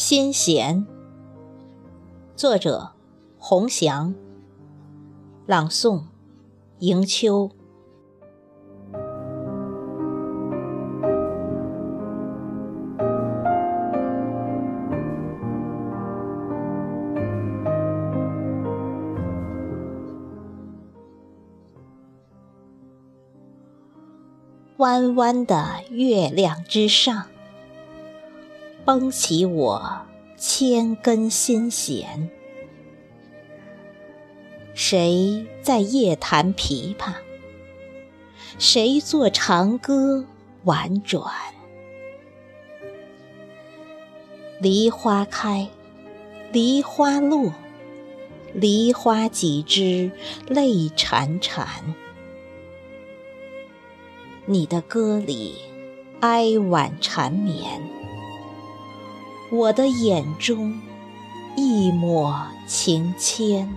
心弦，作者洪祥，朗诵迎秋。弯弯的月亮之上，绷起我千根心弦。谁在夜弹琵琶？谁作长歌婉转？梨花开，梨花落，梨花几枝泪潺潺。你的歌里哀婉缠绵，我的眼中一抹情牵。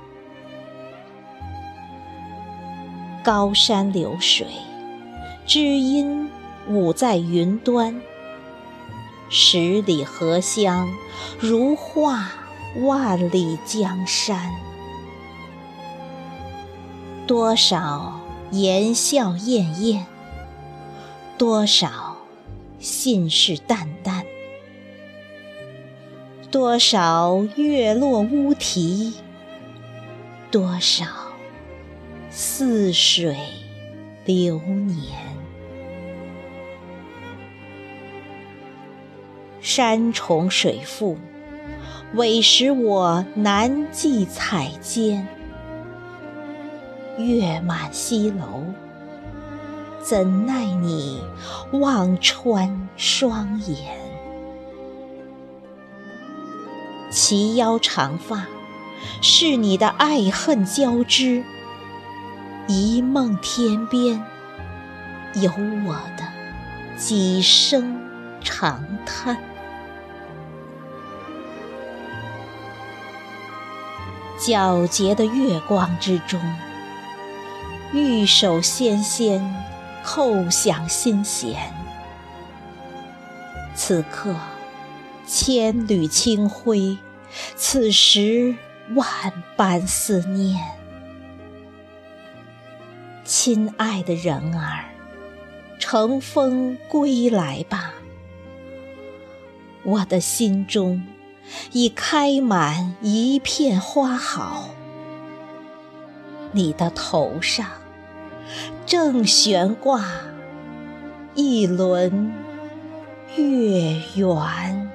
高山流水，知音舞在云端，十里荷香如画万里江山。多少言笑晏晏，多少信誓旦旦，多少月落乌啼，多少似水流年。山重水复，委实我难寄彩笺。月满西楼，怎奈你望穿双眼。齐腰长发，是你的爱恨交织，一梦天边，有我的几声长叹。皎洁的月光之中，玉手纤纤扣响心弦。此刻千缕清辉，此时万般思念。亲爱的人儿，乘风归来吧，我的心中已开满一片花好。你的头上正悬挂一轮月圆。